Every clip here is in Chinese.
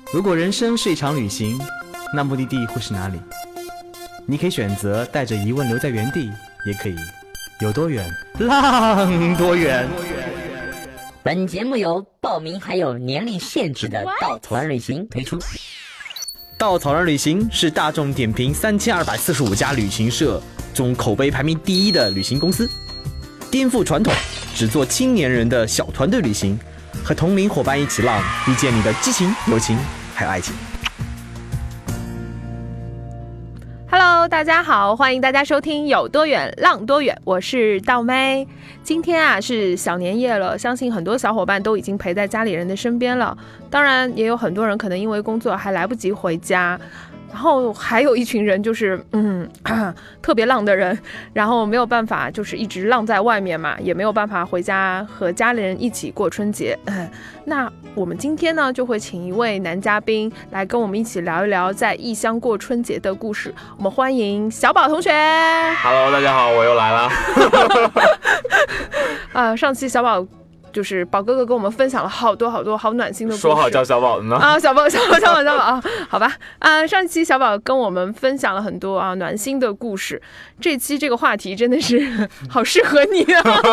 如果人生是一场旅行，那目的地会是哪里？你可以选择带着疑问留在原地，也可以有多远浪多远。 本节目由报名还有年龄限制的稻草人旅行推出。 稻草人旅行是大众点评3245家旅行社中口碑排名第1的旅行公司，颠覆传统，只做青年人的小团队旅行，和同龄伙伴一起浪，遇见你的激情、友情还有爱情。 Hello， 大家好，欢迎大家收听有多远浪多远，我是道妹。今天啊是小年夜了，相信很多小伙伴都已经陪在家里人的身边了，当然也有很多人可能因为工作还来不及回家。然后还有一群人就是特别浪的人，然后没有办法就是一直浪在外面嘛，也没有办法回家和家里人一起过春节。那我们今天呢就会请一位男嘉宾来跟我们一起聊一聊在异乡过春节的故事。我们欢迎小宝同学。 Hello， 大家好，我又来了。 上期小宝就是宝哥哥跟我们分享了好多好暖心的故事， 说好叫小宝的呢啊，小宝啊，好吧上一期小宝跟我们分享了很多暖心的故事，这期这个话题真的是好适合你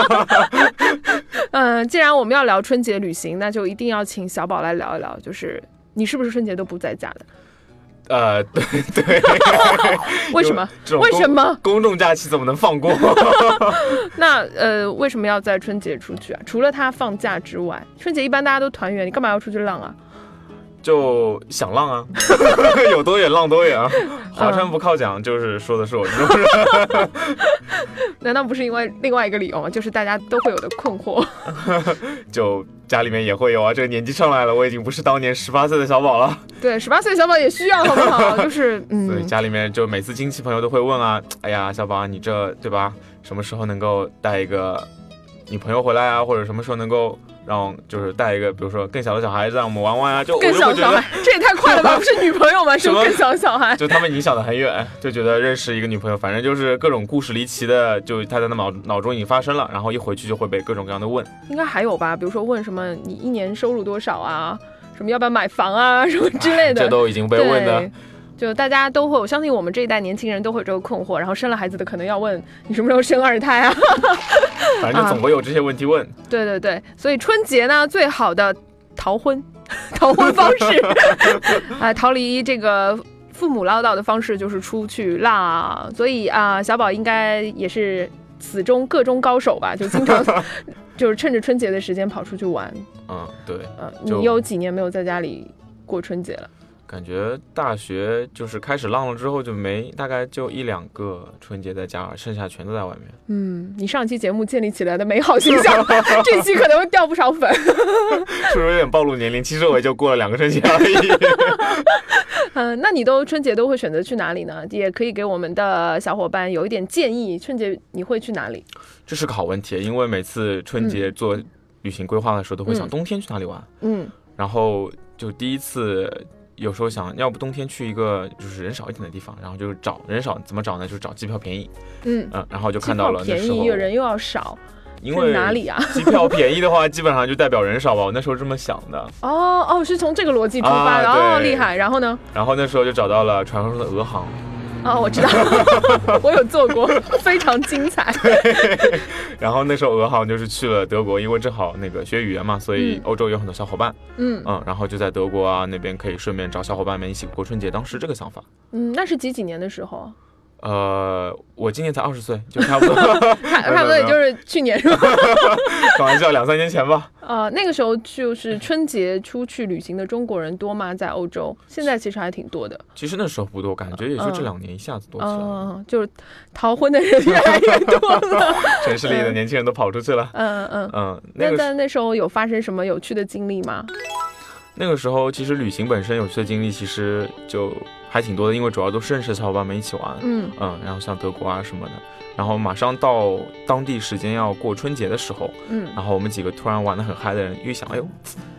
既然我们要聊春节旅行，那就一定要请小宝来聊一聊，就是你是不是春节都不在家的？ 对为什么？为什么公众假期怎么能放过？ 那为什么要在春节出去啊？除了他放假之外，春节一般大家都团圆，你干嘛要出去浪啊？ 就想浪啊，有多远浪多远啊，华山不靠讲，就是说的是我，是不是？ 难道不是因为另外一个理由吗？就是大家都会有的困惑。 就家里面也会有啊，这个年纪上来了，我已经不是当年18岁的小宝了。 对，18岁的小宝也需要，好不好？就是所以家里面就每次亲戚朋友都会问啊，哎呀，小宝你这对吧？什么时候能够带一个女朋友回来啊？或者什么时候能够让就是带一个，比如说更小的小孩子让我们玩玩啊？就更小的小孩，这也太快了吧？不是女朋友吗？是更小的小孩？ 就他们影响得很远，就觉得认识一个女朋友，反正就是各种故事离奇的，就他在脑中已经发生了，然后一回去就会被各种各样的问。 应该还有吧？比如说问什么你一年收入多少啊？什么要不要买房啊？什么之类的， 这都已经被问的。 就大家都会，我相信我们这一代年轻人都会有这个困惑，然后生了孩子的可能要问你什么时候生2胎啊？ 反正就总会有这些问题问。 对，所以春节呢，最好的逃婚方式逃离这个父母唠叨的方式就是出去浪。所以小宝应该也是此中各中高手吧，就经常就是趁着春节的时间跑出去玩。 对。 你有几年没有在家里过春节了？ 感觉大学就是开始浪了之后就大概就1-2个春节在家，剩下全都在外面。 你上期节目建立起来的美好形象这期可能会掉不少粉。 是不是有点暴露年龄？其实我也就过了2个春节而已。 那你春节都会选择去哪里呢？也可以给我们的小伙伴有一点建议，春节你会去哪里？ 这是个好问题，因为每次春节做旅行规划的时候都会想冬天去哪里玩。然后就第一次有时候想要不冬天去一个就是人少一点的地方，然后就找人少，怎么找呢？就是找机票便宜。然后就看到了那时候便宜，人又要少， 因为哪里啊？ 机票便宜的话，基本上就代表人少吧。我那时候这么想的。 是从这个逻辑出发的。厉害。然后呢？ 然后那时候就找到了传说中的俄航。 我知道，我有做过，非常精彩。 然后那时候俄航就是去了德国，因为正好那个学语言嘛，所以欧洲有很多小伙伴。然后就在德国啊那边可以顺便找小伙伴们一起过春节，当时这个想法。 那是几年的时候？ 我今年才20岁，就差不多， 差不多也就是去年是吧？ 开玩笑，2-3年前吧。 那个时候就是春节出去旅行的中国人多吗？在欧洲，现在其实还挺多的。 其实那时候不多，感觉也就这2年一下子多起来了。 就是逃婚的人越来越多了， 城市里的年轻人都跑出去了。 那时候有发生什么有趣的经历吗？ 那个时候其实旅行本身有趣的经历其实就还挺多的，因为主要都是认识的小伙伴们一起玩。然后像德国啊什么的，然后马上到当地时间要过春节的时候，然后我们几个突然玩得很嗨的人又想，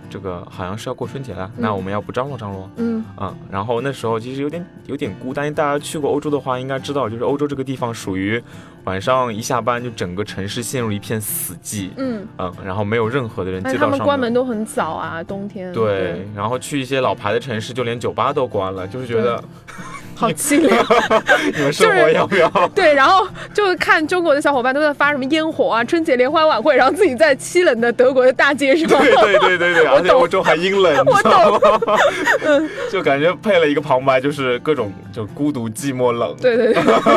这个好像是要过春节了，那我们要不张罗张罗？然后那时候其实有点孤单，大家去过欧洲的话应该知道，就是欧洲这个地方属于晚上一下班就整个城市陷入一片死寂，然后没有任何的人，街道上他们关门都很早啊，冬天。 对，然后去一些老牌的城市，就连酒吧都关了，就是觉得好凄凉。 你们生活要不要？ 对，然后就看中国的小伙伴都在发什么烟火啊，春节联欢晚会，然后自己在凄冷的德国的大街上。 对，而且欧洲还阴冷， 我懂。 就感觉配了一个旁白，就是各种就孤独、寂寞、冷。 对。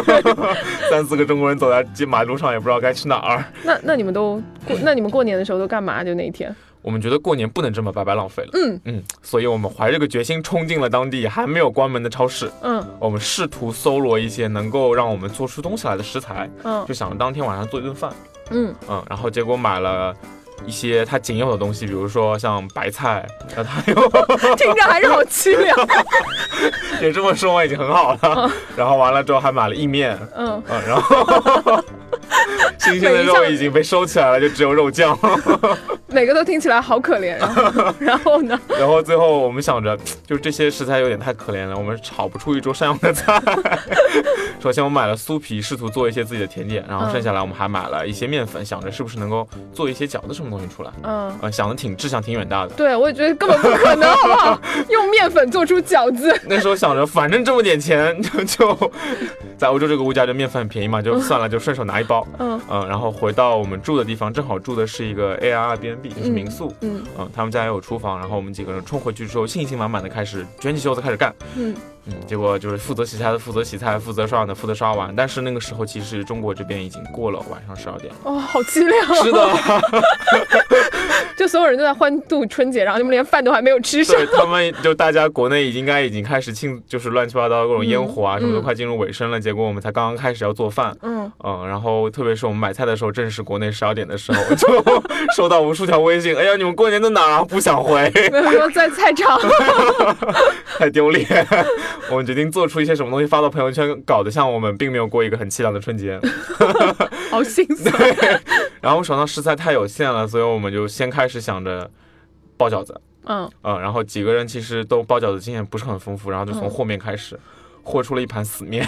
3-4个中国人走在马路上，也不知道该去哪儿。 那你们过年的时候都干嘛？就那一天？ 我们觉得过年不能这么白白浪费了，所以我们怀着个决心冲进了当地还没有关门的超市，我们试图搜罗一些能够让我们做出东西来的食材，就想着当天晚上做一顿饭，然后结果买了一些它仅有的东西，比如说像白菜，然后它有听着还是好凄凉。 也这么说完已经很好了，然后完了之后还买了意面，然后新鲜的肉已经被收起来了，就只有肉酱。 每个都听起来好可怜。然后呢？ 然后最后我们想着，就是这些食材有点太可怜了，我们炒不出一桌善用的菜。首先我买了酥皮，试图做一些自己的甜点，然后剩下来我们还买了一些面粉，想着是不是能够做一些饺子什么东西出来。想的志向挺远大的。对， 我也觉得根本不可能，好不好？用面粉做出饺子。 那时候想着，反正这么点钱，就在欧洲这个物价，就面粉很便宜嘛，就算了，就顺手拿一包。然后回到我们住的地方，正好住的是一个 Airbnb， 就是民宿。他们家也有厨房，然后我们几个人冲回去之后，信心满满的开始卷起袖子开始干。结果就是负责洗菜的负责洗菜，负责刷碗的负责刷碗。但是那个时候其实中国这边已经过了晚上12点。 好凄凉。 是的。 就所有人都在欢度春节，然后你们连饭都还没有吃上。 对，他们就大家国内应该已经开始就是乱七八糟各种烟火啊，什么都快进入尾声了。结果我们才刚刚开始要做饭。然后特别是我们买菜的时候，正是国内12点的时候，就收到无数条微信。哎呀，你们过年在哪儿？不想回。 没有，在菜场。 太丢脸。我们决定做出一些什么东西发到朋友圈，搞得像我们并没有过一个很凄凉的春节。 好心酸。 然后我手上食材太有限了，所以我们就先开始想着包饺子。然后几个人其实都包饺子经验不是很丰富，然后就从和面开始，和出了一盘死面。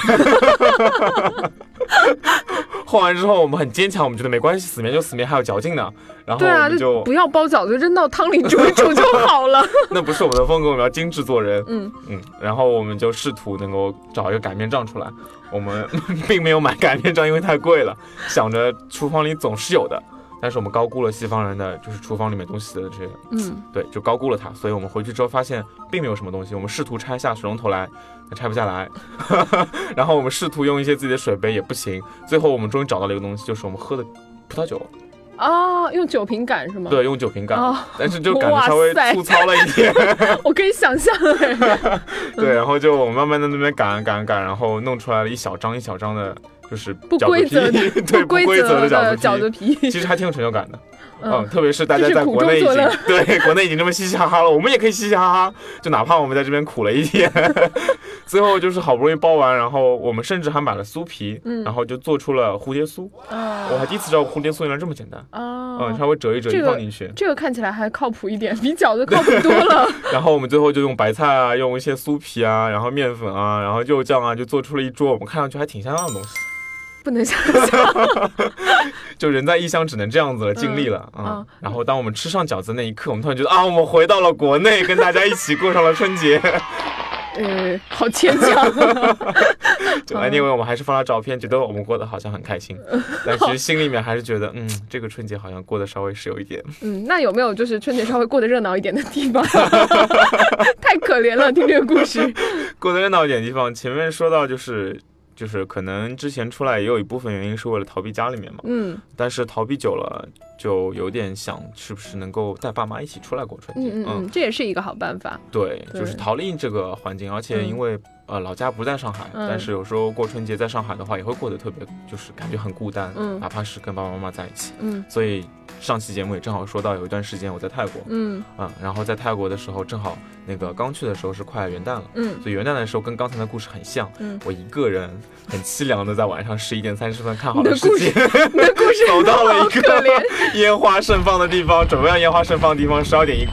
和完之后我们很坚强，我们觉得没关系，死面就死面，还有嚼劲呢。然后我们就不要包饺子，扔到汤里煮一煮就好了。 那不是我们的风格，我们要精致做人。然后我们就试图能够找一个擀面杖出来。我们并没有买擀面杖，因为太贵了，想着厨房里总是有的。但是我们高估了西方人的就是厨房里面东西的这个，对，就高估了它。所以我们回去之后发现并没有什么东西，我们试图拆下水龙头来，拆不下来。然后我们试图用一些自己的水杯也不行。最后我们终于找到了一个东西，就是我们喝的葡萄酒。 用酒瓶擀是吗？ 对，用酒瓶擀，但是就擀的稍微粗糙了一点。 我可以想象。 对，然后就我们慢慢在那边擀，然后弄出来了一小张一小张的，就是不规则的， 对，不规则的饺子皮， 其实还挺有成就感的。特别是大家在国内已经对国内已经这么嘻嘻哈哈了，我们也可以嘻嘻哈哈，就哪怕我们在这边苦了一天。最后就是好不容易包完，然后我们甚至还买了酥皮，然后就做出了蝴蝶酥。我还第一次知道蝴蝶酥原来这么简单。稍微折一折一放进去， 这个看起来还靠谱一点，比饺子靠谱多了。 然后我们最后就用白菜啊，用一些酥皮啊，然后面粉啊，然后肉酱啊，就做出了一桌我们看上去还挺像样的东西。 不能想象。 就人在异乡只能这样子了，尽力了。然后当我们吃上饺子那一刻，我们突然觉得我们回到了国内，跟大家一起过上了春节。 好牵强。 就因为我们还是发了照片，觉得我们过得好像很开心，但其实心里面还是觉得这个春节好像过得稍微是有一点。 那有没有就是春节稍微过得热闹一点的地方？太可怜了，听这个故事。 过得热闹一点的地方，前面说到就是可能之前出来也有一部分原因是为了逃避家里面嘛，但是逃避久了就有点想是不是能够带爸妈一起出来过春节。 这也是一个好办法。 对，就是逃离这个环境，而且因为老家不在上海，但是有时候过春节在上海的话也会过得特别就是感觉很孤单，哪怕是跟爸爸妈妈在一起。所以上期节目也正好说到有一段时间我在泰国，然后在泰国的时候正好那个刚去的时候是快元旦了，所以元旦的时候跟刚才的故事很像，我一个人很凄凉的在晚上11点30分看好了世界， 你的故事走到了一个烟花盛放的地方，准备让烟花盛放的地方，12点一过，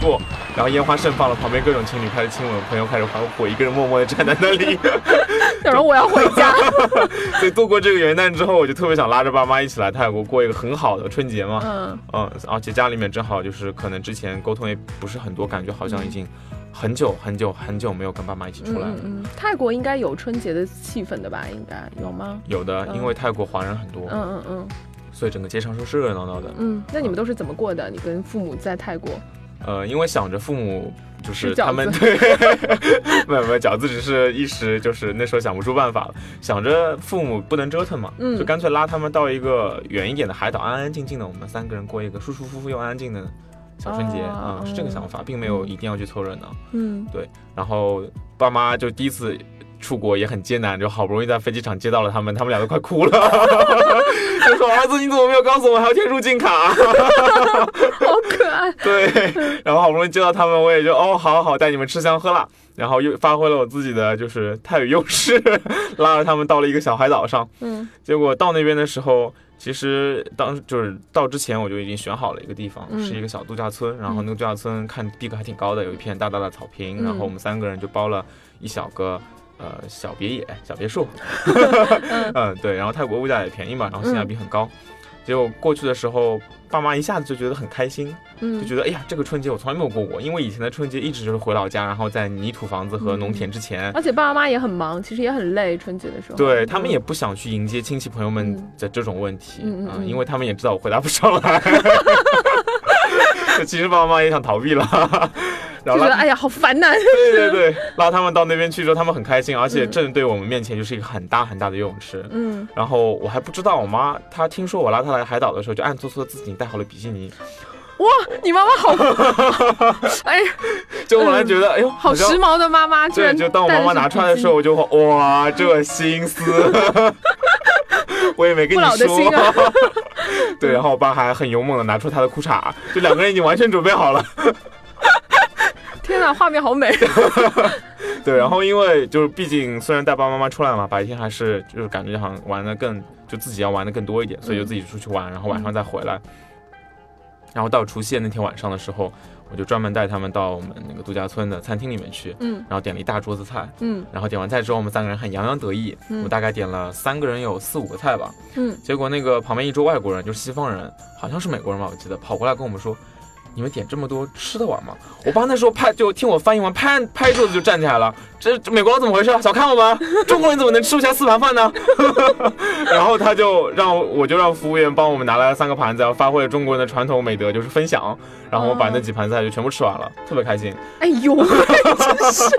然后烟花盛放了，旁边各种情侣开始亲吻，朋友开始欢呼，我一个人默默的站在那里， 然后我要回家。 所以度过这个元旦之后，我就特别想拉着爸妈一起来泰国过一个很好的春节嘛。而且家里面正好就是可能之前沟通也不是很多，感觉好像已经很久没有跟爸妈一起出来了。 泰国应该有春节的气氛的吧？应该有吗？ 有的，因为泰国华人很多。所以整个街上是热热闹闹的。 那你们都是怎么过的？你跟父母在泰国？ 因为想着父母就是他们对，没有饺子只是一时，就是那时候想不出办法了，想着父母不能折腾嘛，就干脆拉他们到一个远一点的海岛，安安静静的，我们3个人过一个舒舒服服又安安静的小春节是这个想法，并没有一定要去凑热闹。对，然后爸妈就第一次出国也很艰难，就好不容易在飞机场接到了他们俩都快哭了，就说儿子你怎么没有告诉我还要填入境卡？ 好可爱。 对，然后好不容易接到他们，我也就好带你们吃香喝辣，然后又发挥了我自己的就是泰语优势，拉着他们到了一个小海岛上。结果到那边的时候，其实就是到之前我就已经选好了一个地方，是一个小度假村，然后那个度假村看逼格还挺高的，有一片大大的草坪，然后我们3个人就包了一小个小别野、小别墅，对，然后泰国物价也便宜嘛，然后性价比很高。结果过去的时候，爸妈一下子就觉得很开心，就觉得哎呀，这个春节我从来没有过过，因为以前的春节一直就是回老家，然后在泥土房子和农田之前， 而且爸妈也很忙，其实也很累，春节的时候， 对他们也不想去迎接亲戚朋友们的这种问题，因为他们也知道我回答不上来。其实爸妈也想逃避了，然后就觉得哎呀好烦呐。 对，拉他们到那边去之后，他们很开心，而且正对我们面前就是一个很大很大的游泳池。然后我还不知道，我妈她听说我拉她来海岛的时候，就暗搓搓的自己带好了比基尼。 哇，你妈妈好，哎， 就我来觉得，哎呦， 好时髦的妈妈。 对，就当我妈妈拿出来的时候，我就哇，这心思，我也没跟你说。对，然后我爸还很勇猛的拿出他的裤衩，就2个人已经完全准备好了。 天哪，画面好美。 对，然后因为就是毕竟虽然带爸爸妈妈出来嘛，白天还是就是感觉好像玩的就自己要玩的更多一点，所以就自己出去玩，然后晚上再回来。然后到除夕那天晚上的时候，我就专门带他们到我们那个度假村的餐厅里面去，然后点了一大桌子菜，然后点完菜之后，我们3个人很洋洋得意，我大概点了3个人有4-5个菜吧，结果那个旁边一桌外国人，就是西方人，好像是美国人吧，我记得跑过来跟我们说，你们点这么多吃得完吗？我爸那时候就听我翻译完，拍桌子就站起来了，这美国人怎么回事？小看我们中国人怎么能吃不下4盘饭呢？然后我就让服务员帮我们拿来了3个盘子，然后发挥了中国人的传统美德，就是分享。然后我把那几盘菜就全部吃完了，特别开心。 哎呦，真是。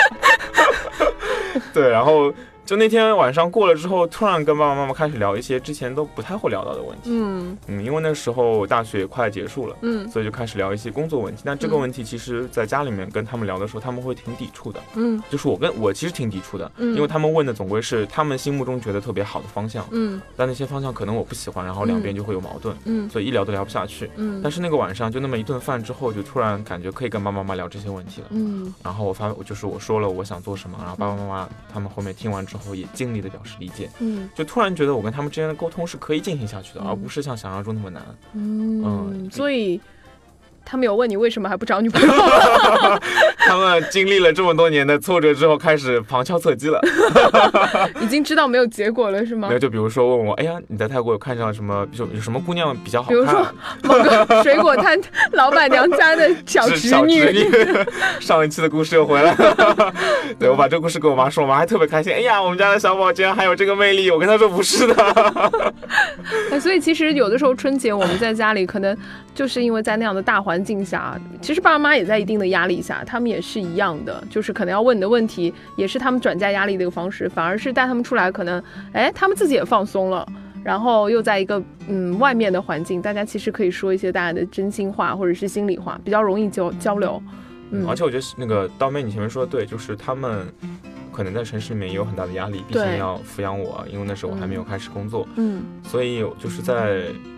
对，然后就那天晚上过了之后，突然跟爸爸妈妈开始聊一些之前都不太会聊到的问题。因为那时候大学快结束了，所以就开始聊一些工作问题。但这个问题其实在家里面跟他们聊的时候，他们会挺抵触的。就是我其实挺抵触的，因为他们问的总归是他们心目中觉得特别好的方向，但那些方向可能我不喜欢，然后两边就会有矛盾，所以一聊都聊不下去。但是那个晚上就那么一顿饭之后，就突然感觉可以跟爸爸妈妈聊这些问题了。然后我说了我想做什么，然后爸爸妈妈他们后面听完之后也尽力的表示理解。就突然觉得我跟他们之间的沟通是可以进行下去的，而不是像想象中那么难。 所以他们有问你为什么还不找女朋友？ 他们经历了这么多年的挫折之后，开始旁敲侧击了。 已经知道没有结果了是吗？ 没有，就比如说问我，哎呀，你在泰国有看上什么？有什么姑娘比较好看？ 比如说某个水果摊老板娘家的小侄女。 上一期的故事又回来了。对，我把这个故事跟我妈说，我妈还特别开心。哎呀，我们家的小宝竟然还有这个魅力！我跟她说不是的。 所以其实有的时候春节我们在家里，可能就是因为在那样的大环境下，其实爸妈也在一定的压力下，他们也是一样的，就是可能要问你的问题，也是他们转嫁压力的一个方式，反而是带他们出来，可能他们自己也放松了，然后又在一个外面的环境，大家其实可以说一些大家的真心话或者是心里话，比较容易交流。 而且我觉得那个刀妹你前面说的对，就是他们可能在城市里面也有很大的压力，毕竟要抚养我，因为那时候我还没有开始工作，所以就是在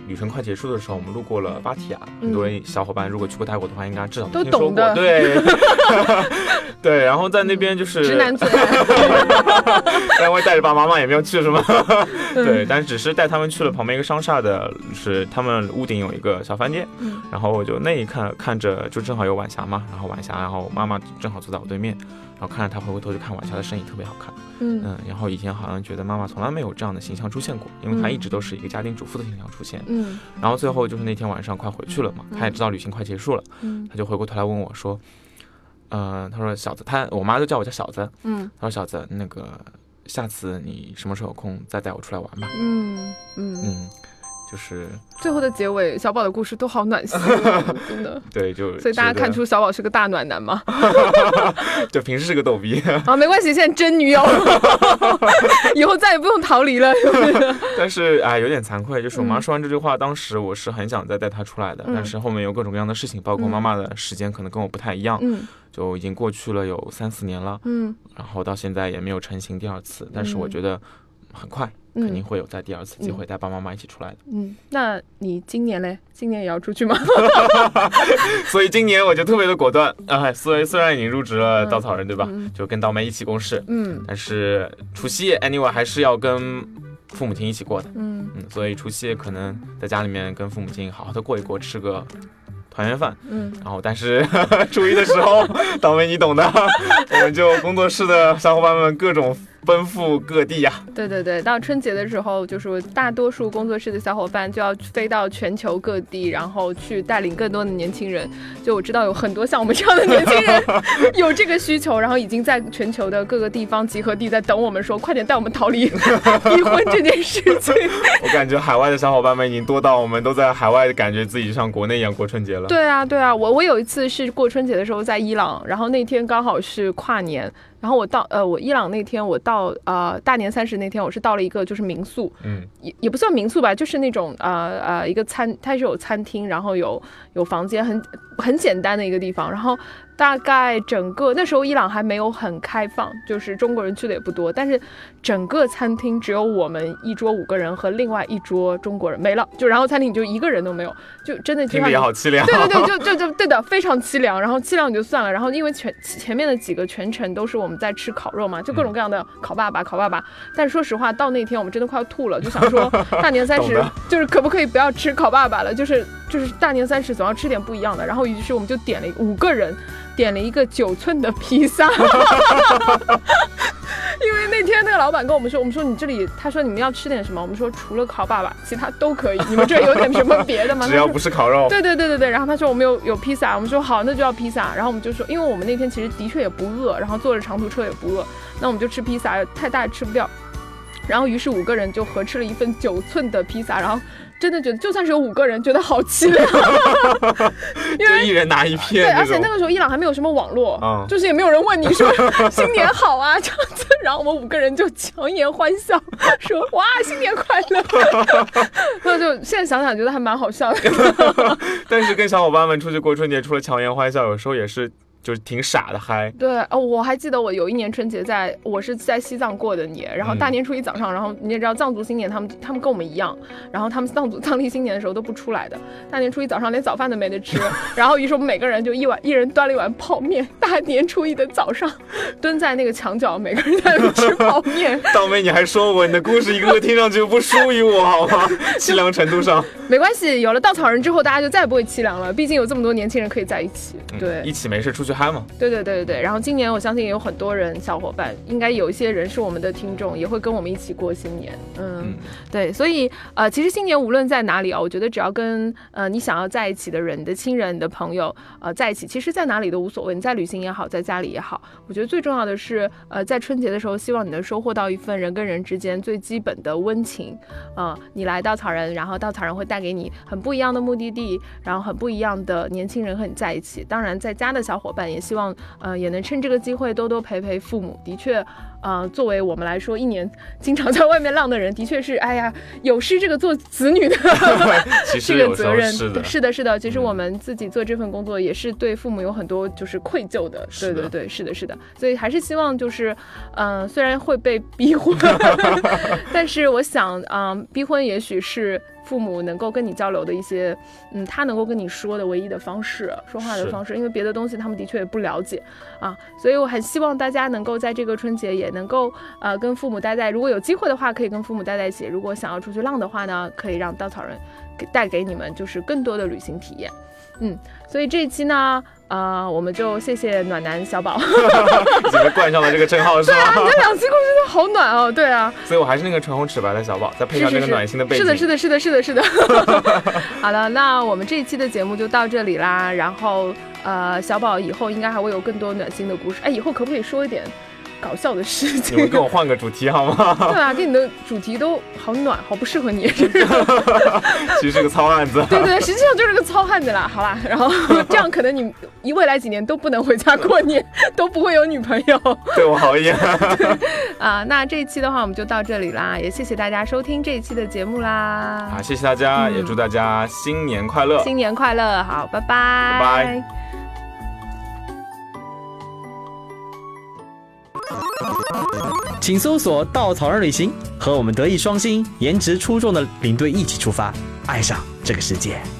旅程快结束的时候，我们路过了芭提雅，很多人小伙伴如果去过泰国的话，应该至少都听说过。对对，然后在那边就是直男最爱， 但我带着爸爸妈妈也没有去什么，对，但只是带他们去了旁边一个商厦的，是他们屋顶有一个小饭店，然后我就那一看着，就正好有晚霞嘛，然后晚霞，然后妈妈正好坐在我对面，然后看着她回过头去看晚霞的身影特别好看，然后以前好像觉得妈妈从来没有这样的形象出现过，因为她一直都是一个家庭主妇的形象出现，然后最后就是那天晚上快回去了嘛，她也知道旅行快结束了，她就回过头来问我说，她说小子，我妈就叫我叫小子，她说小子，那个下次你什么时候有空再带我出来玩吧，就是最后的结尾，小宝的故事都好暖心，真的。 对， 所以大家看出小宝是个大暖男吗？ 就平时是个逗逼啊，没关系，现在真女友，以后再也不用逃离了。 但是有点惭愧，就是我妈说完这句话，当时我是很想再带她出来的，但是后面有各种各样的事情，包括妈妈的时间可能跟我不太一样，就已经过去了有3-4年了，然后到现在也没有成行第二次，但是我觉得很快。肯定会有在第二次机会带爸爸妈妈一起出来的。 那你今年嘞？今年也要出去吗？ 所以今年我就特别的果断虽然已经入职了稻草人，对吧？就跟刀妹一起共事，但是除夕 anyway 还是要跟父母亲一起过的，所以除夕可能在家里面跟父母亲好好的过一过，吃个团圆饭，然后但是初一的时候，刀妹你懂的，我们就工作室的小伙伴们各种奔赴各地呀。 对对对，到春节的时候，就是大多数工作室的小伙伴就要飞到全球各地，然后去带领更多的年轻人。就我知道有很多像我们这样的年轻人有这个需求，然后已经在全球的各个地方集合地在等我们说，快点带我们逃离逼婚这件事情。 我感觉海外的小伙伴们已经多到我们都在海外感觉自己就像国内一样过春节了。 对啊对啊，我有一次是过春节的时候在伊朗，然后那天刚好是跨年。然后我伊朗那天我到大年30那天我是到了一个就是民宿，也不算民宿吧，就是那种一个它是有餐厅，然后有房间，很简单的一个地方。然后大概整个那时候伊朗还没有很开放，就是中国人去的也不多，但是整个餐厅只有我们一桌5个人和另外一桌中国人没了，就然后餐厅就一个人都没有，就真的听着也好凄凉。 对对对，就对的，非常凄凉。然后凄凉也就算了，然后因为前面的几个全程都是我们在吃烤肉嘛，就各种各样的烤爸爸。但是说实话，到那天我们真的快要吐了，就想说大年30就是可不可以不要吃烤爸爸了，就是大年30总要吃点不一样的。然后于是我们就点了5个人点了一个9寸的披萨。因为那天那个老板跟我们说你这里，他说你们要吃点什么，我们说除了烤爸爸其他都可以，你们这有点什么别的吗？ 只要不是烤肉。 对，然后他说我们有披萨，我们说好，那就要披萨。然后我们就说因为我们那天其实的确也不饿，然后坐着长途车也不饿，那我们就吃披萨，太大也吃不掉。然后于是5个人就合吃了一份9寸的披萨，然后真的觉得就算是有5个人觉得好凄凉。因为就一人拿一片。 对，而且那个时候伊朗还没有什么网络，就是也没有人问你说新年好啊这样子，然后我们5个人就强颜欢笑说哇新年快乐。那就现在想想觉得还蛮好笑的。 但是跟小伙伴们出去过春节，除了强颜欢笑，有时候也是就是挺傻的嗨。 对我还记得我有一年春节我是在西藏过的年，然后大年初一早上，然后你也知道藏族新年他们跟我们一样，然后他们藏历新年的时候都不出来的，大年初一早上连早饭都没得吃，然后于是我们每个人就一人端了一碗泡面，大年初一的早上蹲在那个墙角，每个人在那吃泡面。 道妹你还说我，你的故事一个个听上去不输于我好吗？凄凉程度上没关系，有了稻草人之后大家就再也不会凄凉了，毕竟有这么多年轻人可以在一起。对， 一起没事出去嗨嘛。 对，然后今年我相信也有很多人小伙伴，应该有一些人是我们的听众，也会跟我们一起过新年。对，所以其实新年无论在哪里我觉得只要跟你想要在一起的人、你的亲人、你的朋友在一起，其实在哪里都无所谓，你在旅行也好，在家里也好，我觉得最重要的是在春节的时候，希望你能收获到一份人跟人之间最基本的温情。你来稻草人，然后稻草人会带给你很不一样的目的地，然后很不一样的年轻人和你在一起。当然在家的小伙伴也希望也能趁这个机会多多陪父母。的确作为我们来说，一年经常在外面浪的人，的确是有失这个做子女的这个责任。是的，其实我们自己做这份工作也是对父母有很多就是愧疚的。对，是的，所以还是希望就是虽然会被逼婚但是我想逼婚也许是父母能够跟你交流的一些，他能够跟你说的唯一的方式，说话的方式，因为别的东西他们的确也不了解啊，所以我很希望大家能够在这个春节也能够跟父母待在，如果有机会的话可以跟父母待在一起，如果想要出去浪的话呢，可以让稻草人带给你们就是更多的旅行体验。所以这一期呢，我们就谢谢暖男小宝， 已经被冠上了这个称号是吗？ 对啊，你这2期故事都好暖哦，对啊， 所以我还是那个唇红齿白的小宝，再配上这个暖心的背景， 是的。好了，那我们这一期的节目就到这里啦，然后小宝以后应该还会有更多暖心的故事，以后可不可以说一点搞笑的事情？ 你们跟我换个主题好吗？ 对啊，跟你的主题都好暖，好不适合你。 其实是个糙汉子。 对，实际上就是个糙汉子啦。好啦，然后这样可能你未来几年都不能回家过年，都不会有女朋友。 对我好一点。 那这一期的话我们就到这里啦，也谢谢大家收听这一期的节目啦。 好，谢谢大家，也祝大家新年快乐。 新年快乐，好，拜拜。 拜拜。 请搜索稻草人旅行，和我们德艺双馨、颜值出众的领队一起出发，爱上这个世界。